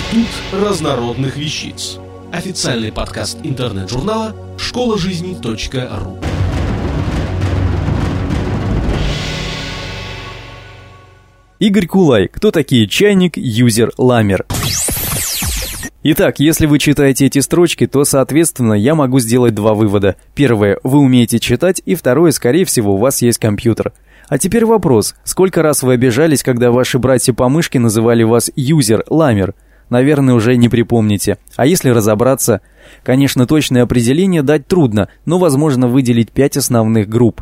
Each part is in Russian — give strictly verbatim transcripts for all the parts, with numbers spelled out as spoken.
Институт разнородных вещиц. Официальный подкаст интернет-журнала школа жизни точка ру. Игорь Кулай. Кто такие чайник, юзер, ламер? Итак, если вы читаете эти строчки, то, соответственно, я могу сделать два вывода. Первое, вы умеете читать, и второе, скорее всего, у вас есть компьютер. А теперь вопрос, сколько раз вы обижались, когда ваши братья по мышке называли вас юзер, ламер? Наверное, уже не припомните. А если разобраться? Конечно, точное определение дать трудно, но возможно выделить пять основных групп.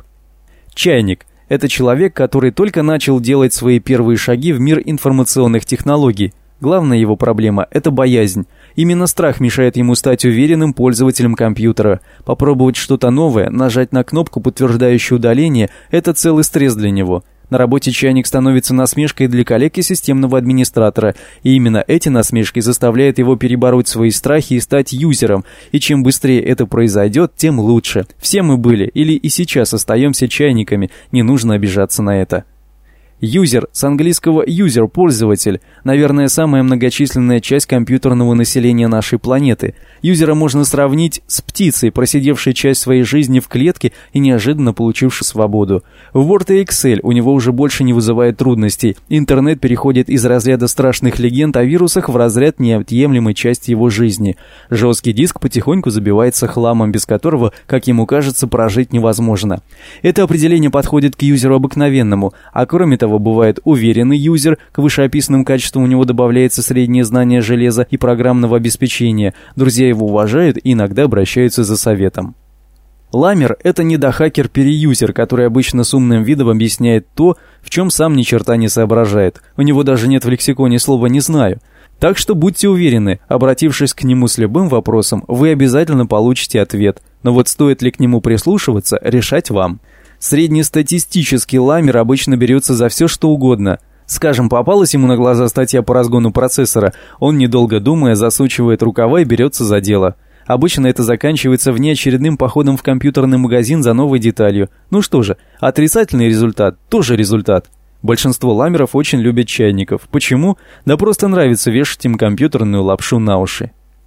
Чайник – это человек, который только начал делать свои первые шаги в мир информационных технологий. Главная его проблема – это боязнь. Именно страх мешает ему стать уверенным пользователем компьютера. Попробовать что-то новое, нажать на кнопку, подтверждающую удаление – это целый стресс для него. На работе чайник становится насмешкой для коллег и системного администратора, и именно эти насмешки заставляют его перебороть свои страхи и стать юзером, и чем быстрее это произойдет, тем лучше. Все мы были или и сейчас остаемся чайниками, не нужно обижаться на это. Юзер, с английского user, пользователь, наверное, самая многочисленная часть компьютерного населения нашей планеты. Юзера можно сравнить с птицей, просидевшей часть своей жизни в клетке и неожиданно получившей свободу. Word и Excel у него уже больше не вызывает трудностей. Интернет переходит из разряда страшных легенд о вирусах в разряд неотъемлемой части его жизни. Жесткий диск потихоньку забивается хламом, без которого, как ему кажется, прожить невозможно. Это определение подходит к юзеру обыкновенному, а кроме того, бывает уверенный юзер, к вышеописанным качествам у него добавляется среднее знание железа и программного обеспечения. Друзья его уважают и иногда обращаются за советом. Ламер – это недохакер-переюзер, который обычно с умным видом объясняет то, в чем сам ни черта не соображает. У него даже нет в лексиконе слова «не знаю». Так что будьте уверены, обратившись к нему с любым вопросом, вы обязательно получите ответ. Но вот стоит ли к нему прислушиваться, решать вам. Среднестатистический ламер обычно берется за все, что угодно. Скажем, попалась ему на глаза статья по разгону процессора, он, недолго думая, засучивает рукава и берется за дело. Обычно это заканчивается внеочередным походом в компьютерный магазин за новой деталью. Ну что же, отрицательный результат тоже результат. Большинство ламеров очень любят чайников. Почему? Да просто нравится вешать им компьютерную лапшу на уши.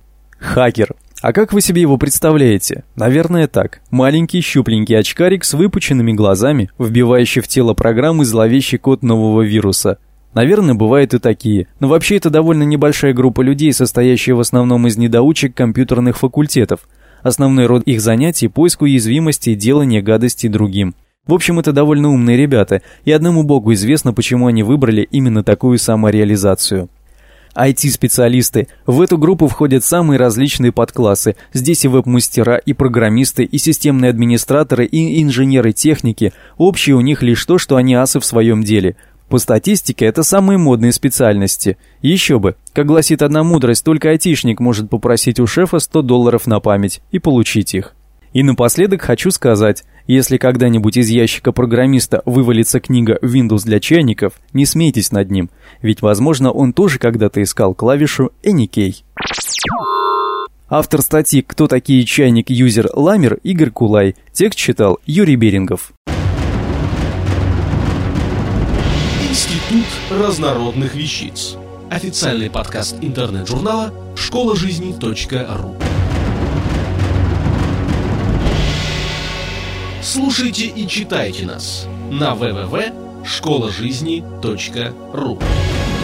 Хакер. А как вы себе его представляете? Наверное, так. Маленький щупленький очкарик с выпученными глазами, вбивающий в тело программы зловещий код нового вируса. Наверное, бывают и такие. Но вообще это довольно небольшая группа людей, состоящая в основном из недоучек компьютерных факультетов. Основной род их занятий – поиск уязвимостей и делание гадостей другим. В общем, это довольно умные ребята, и одному богу известно, почему они выбрали именно такую самореализацию. ай ти-специалисты. В эту группу входят самые различные подклассы. Здесь и веб-мастера, и программисты, и системные администраторы, и инженеры техники. Общее у них лишь то, что они асы в своем деле. По статистике, это самые модные специальности. Еще бы, как гласит одна мудрость, только айтишник может попросить у шефа сто долларов на память и получить их. И напоследок хочу сказать, если когда-нибудь из ящика программиста вывалится книга Windows для чайников, не смейтесь над ним, ведь, возможно, он тоже когда-то искал клавишу Any Key. Автор статьи «Кто такие чайник, юзер, ламер» Игорь Кулай. Текст читал Юрий Берингов. Институт разнородных вещиц. Официальный подкаст интернет-журнала школа жизни точка ру. Слушайте и читайте нас на дабл ю дабл ю дабл ю точка школа жизни точка ру.